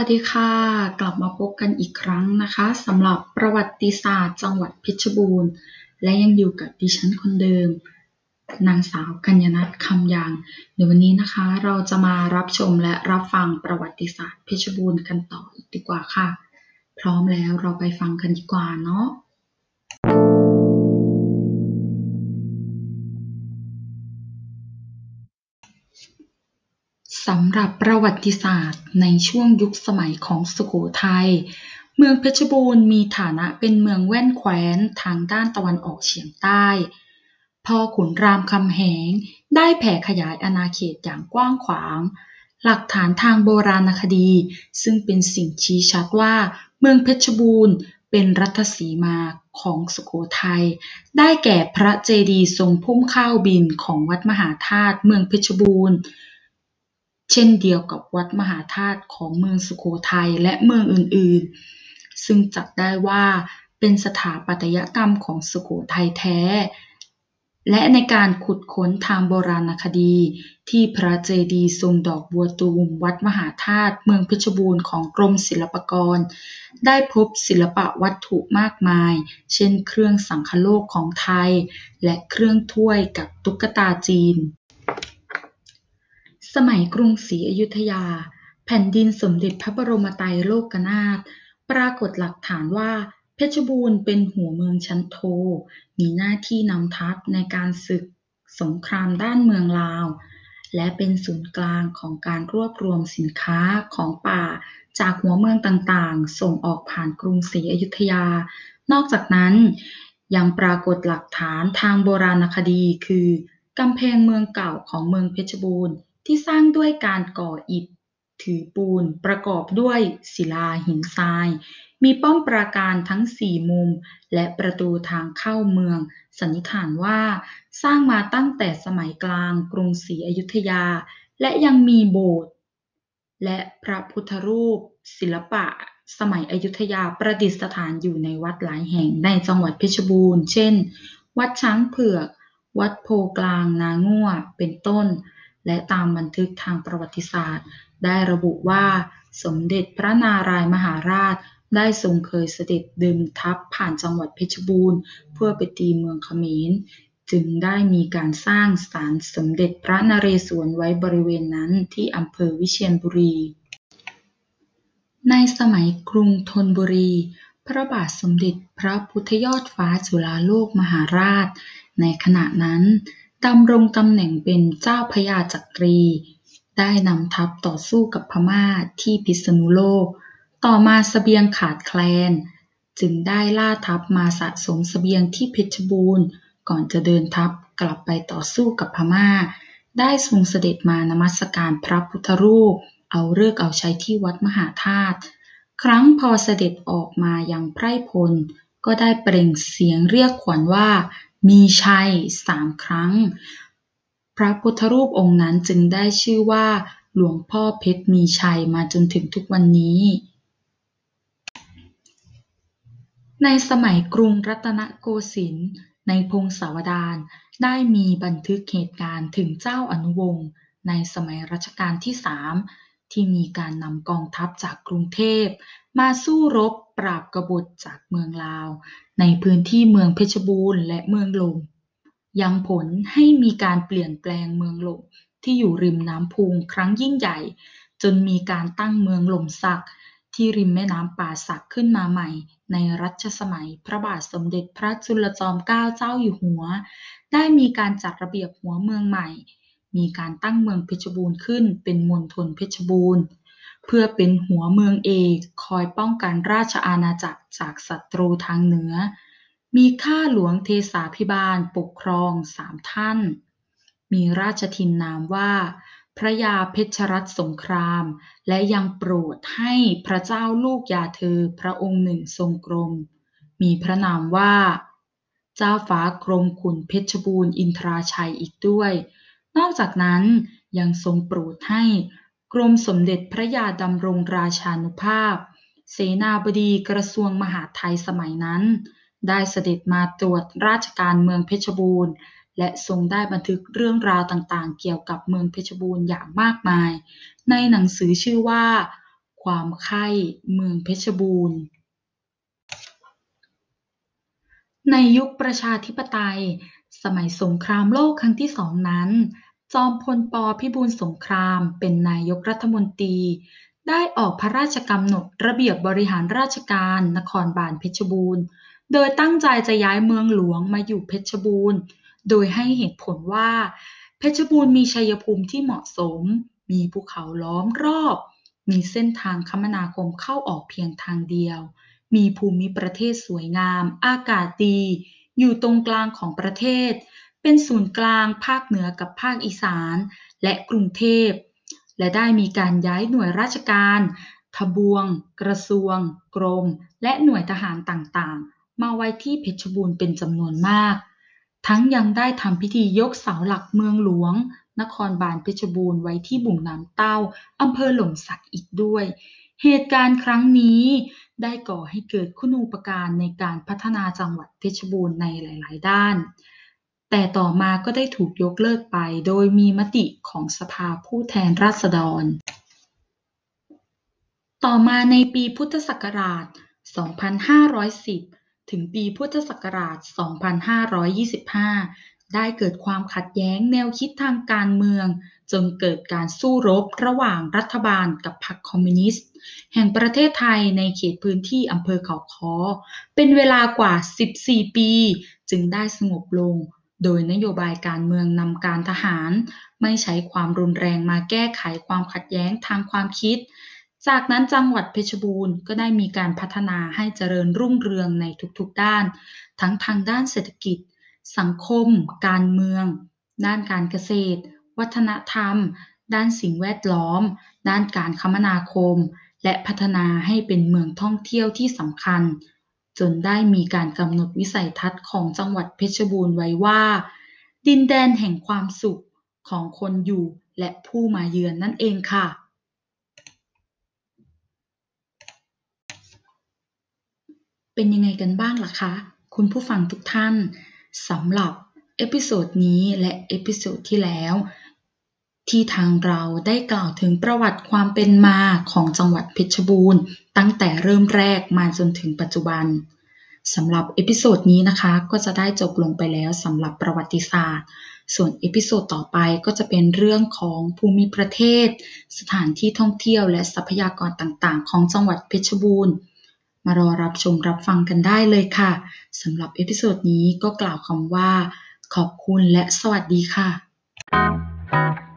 วัสดีค่ะกลับมาพบกันอีกครั้งนะคะสำหรับประวัติศาสตร์จังหวัดเพชรบูรณ์และยังอยู่กับดิฉันคนเดิมนางสาวกัญญนัทคำยังเดี๋ยววันนี้นะคะเราจะมารับชมและรับฟังประวัติศาสตร์เพชรบูรณ์กันต่ออีกดีกว่าค่ะพร้อมแล้วเราไปฟังกันดีกว่าเนาะสำหรับประวัติศาสตร์ในช่วงยุคสมัยของสุโขทัยเมืองเพชรบูรณ์มีฐานะเป็นเมืองแว่นแคว้นทางด้านตะวันออกเฉียงใต้พอขุนรามคำแหงได้แผ่ขยายอาณาเขตอย่างกว้างขวางหลักฐานทางโบราณคดีซึ่งเป็นสิ่งชี้ชัดว่าเมืองเพชรบูรณ์เป็นรัฐสีมาของสุโขทัยได้แก่พระเจดีย์ทรงพุ่มข้าวบินของวัดมหาธาตุเมืองเพชรบูรณ์ เช่นเดียวกับวัดมหาธาตุของเมืองสุโขทัยและเมืองอื่นๆ ซึ่งจัดได้ว่าเป็นสถาปัตยกรรมของสุโขทัยแท้ และในการขุดค้นทางโบราณคดีที่พระเจดีย์ทรงดอกบัวตูมวัดมหาธาตุเมืองเพชรบูรณ์ของกรมศิลปากรได้พบศิลปะวัตถุมากมาย เช่นเครื่องสังคโลกของไทยและเครื่องถ้วยกับตุ๊กตาจีน สมัยกรุงศรีอยุธยาแผ่นดินสมเด็จพระบรมไตรโลกนาถปรากฏหลักฐานว่าเพชรบูรณ์เป็นหัวเมืองชั้นโทมีหน้าที่นำทัพในการศึกสงครามด้านเมืองลาวและเป็นศูนย์กลางของการรวบรวมสินค้าของป่าจากหัวเมืองต่างๆส่งออกผ่านกรุงศรีอยุธยานอกจากนั้นยังปรากฏหลักฐานทางโบราณคดีคือกำแพงเมืองเก่าของเมืองเพชรบูรณ์ที่สร้างด้วยการก่ออิฐถือปูนประกอบด้วยศิลาหินทรายมีป้อมปราการทั้งสี่มุมและประตูทางเข้าเมืองสันนิษฐานว่าสร้างมาตั้งแต่สมัยกลางกรุงศรีอยุธยาและยังมีโบสถ์และพระพุทธรูปศิลปะสมัยอยุธยาประดิษฐานอยู่ในวัดหลายแห่งในจังหวัดเพชรบูรณ์เช่นวัดช้างเผือกวัดโพกลางนาง่วเป็นต้นและตามบันทึกทางประวัติศาสตร์ได้ระบุว่าสมเด็จพระนารายมหาราชได้ทรงเคยเสด็จดึงทัพผ่านจังหวัดเพชรบูรณ์เพื่อไปตีเมืองเขมรจึงได้มีการสร้างศาลสมเด็จพระนเรศวรไว้บริเวณนั้นที่อำเภอวิเชียรบุรีในสมัยกรุงธนบุรีพระบาทสมเด็จพระพุทธยอดฟ้าจุฬาโลกมหาราชในขณะนั้นดำรงตำแหน่งเป็นเจ้าพระยาจักรีได้นำทัพต่อสู้กับพม่าที่พิษณุโลกต่อมาเสบียงขาดแคลนจึงได้ล่าทัพมาสะสมเสบียงที่เพชรบูรณ์ก่อนจะเดินทัพกลับไปต่อสู้กับพม่าได้ทรงเสด็จมานมัสการพระพุทธรูปเอาฤกษ์เอาชัยที่วัดมหาธาตุครั้งพอเสด็จออกมายังไพร่พลก็ได้เปล่งเสียงเรียกขวัญว่ามีชัย3 ครั้งพระพุทธรูปองค์นั้นจึงได้ชื่อว่าหลวงพ่อเพชรมีชัยมาจนถึงทุกวันนี้ในสมัยกรุงรัตนโกสินทร์ในพงศาวดารได้มีบันทึกเหตุการณ์ถึงเจ้าอนุวงศ์ในสมัยรัชกาลที่3ที่มีการนำกองทัพจากกรุงเทพมาสู้รบปราบกบฏจากเมืองลาวในพื้นที่เมืองเพชรบูรณ์และเมืองหลวงยังผลให้มีการเปลี่ยนแปลงเมืองหลวงที่อยู่ริมน้ำพุงครั้งยิ่งใหญ่จนมีการตั้งเมืองหล่มสักที่ริมแม่น้ำป่าสักขึ้นมาใหม่ในรัชสมัยพระบาทสมเด็จพระจุลจอมเกล้าเจ้าอยู่หัวได้มีการจัดระเบียบหัวเมืองใหม่มีการตั้งเมืองเพชรบูรณ์ขึ้นเป็นมณฑลเพชรบูรณ์เพื่อเป็นหัวเมืองเอกคอยป้องกันราชอาณาจักรจากศัตรูทางเหนือมีข้าหลวงเทสาภิบาลปกครอง3 ท่านมีราชทินนามว่าพระยาเพชรรัตน์สงครามและยังโปรดให้พระเจ้าลูกยาเธอพระองค์หนึ่งทรงกรมมีพระนามว่าเจ้าฟ้ากรมขุนเพชรบูรณ์อินทราชัยอีกด้วยนอกจากนั้นยังทรงโปรดให้กรมสมเด็จพระยาดำรงราชานุภาพเสนาบดีกระทรวงมหาดไทยสมัยนั้นได้เสด็จมาตรวจราชการเมืองเพชรบูรณ์และทรงได้บันทึกเรื่องราวต่างๆเกี่ยวกับเมืองเพชรบูรณ์อย่างมากมายในหนังสือชื่อว่าความใคร่เมืองเพชรบูรณ์ในยุคประชาธิปไตยสมัยสงครามโลกครั้งที่สองนั้นจอมพลป.พิบูลสงครามเป็นนายกรัฐมนตรีได้ออกพระราชกำหนดระเบียบบริหารราชการนครบาลเพชรบูรณ์โดยตั้งใจจะย้ายเมืองหลวงมาอยู่เพชรบูรณ์โดยให้เหตุผลว่าเพชรบูรณ์มีชัยภูมิที่เหมาะสมมีภูเขาล้อมรอบมีเส้นทางคมนาคมเข้าออกเพียงทางเดียว มีภูมิประเทศสวยงาม อากาศดี อยู่ตรงกลางของประเทศ เป็นศูนย์กลางภาคเหนือกับภาคอีสานและกรุงเทพ และได้มีการย้ายหน่วยราชการทบวง กระทรวง กรม และหน่วยทหารต่างๆ มาไว้ที่เพชรบูรณ์เป็นจำนวนมาก ทั้งยังได้ทำพิธียกเสาหลักเมืองหลวงนครบาลเพชรบูรณ์ไว้ที่บุ่งน้ำเต้าอำเภอหล่มสักอีกด้วย เหตุการณ์ครั้งนี้ได้ก่อให้เกิดคุณูปการในการพัฒนาจังหวัดเพชรบูรณ์ในหลายๆด้าน แต่ต่อมาก็ได้ถูกยกเลิกไปโดยมีมติของสภาผู้แทนราษฎร ต่อมาในปีพุทธศักราช 2510 ถึงปีพุทธศักราช 2525 ได้เกิดความขัดแย้งแนวคิดทางการเมืองจนเกิดการสู้รบระหว่างรัฐบาลกับพรรคคอมมิวนิสต์แห่งประเทศไทยในเขตพื้นที่อำเภอเขาค้อเป็นเวลากว่า 14 ปีจึงได้สงบลงโดยนโยบายการเมืองนำการทหารไม่ใช้ความรุนแรงมาแก้ไขความขัดแย้งทางความคิด จากนั้นจังหวัดเพชรบูรณ์ก็ได้มีการพัฒนาให้เจริญรุ่งเรืองในทุกๆด้านทั้งทางด้านเศรษฐกิจสังคมการเมืองด้านการเกษตรวัฒนธรรมด้านสิ่งแวดล้อมด้านการคมนาคมและพัฒนาให้เป็นเมืองท่องเที่ยวที่สำคัญจนได้มีการกำหนดวิสัยทัศน์ของจังหวัดเพชรบูรณ์ไว้ว่าดินแดนแห่งความสุขของคนอยู่และผู้มาเยือนนั่นเองค่ะ เป็นยังไงกันบ้างล่ะคะคุณผู้ฟังทุกท่านสำหรับเอพิโซดนี้และเอพิโซดที่แล้วที่ทางเราได้กล่าวถึงประวัติความเป็นมาของจังหวัดเพชรบูรณ์ตั้งแต่เริ่มแรกมาจนถึงปัจจุบันสำหรับเอพิโซดนี้นะคะก็จะได้จบลงไปแล้วสำหรับประวัติศาสตร์ส่วนเอพิโซดต่อไปก็จะเป็นเรื่องของภูมิประเทศสถานที่ท่องเที่ยวและทรัพยากรต่างๆของจังหวัดเพชรบูรณ์ มารอรับชมรับฟังกันได้เลยค่ะสำหรับเอพิโซดนี้ก็กล่าวคำว่าขอบคุณและสวัสดีค่ะ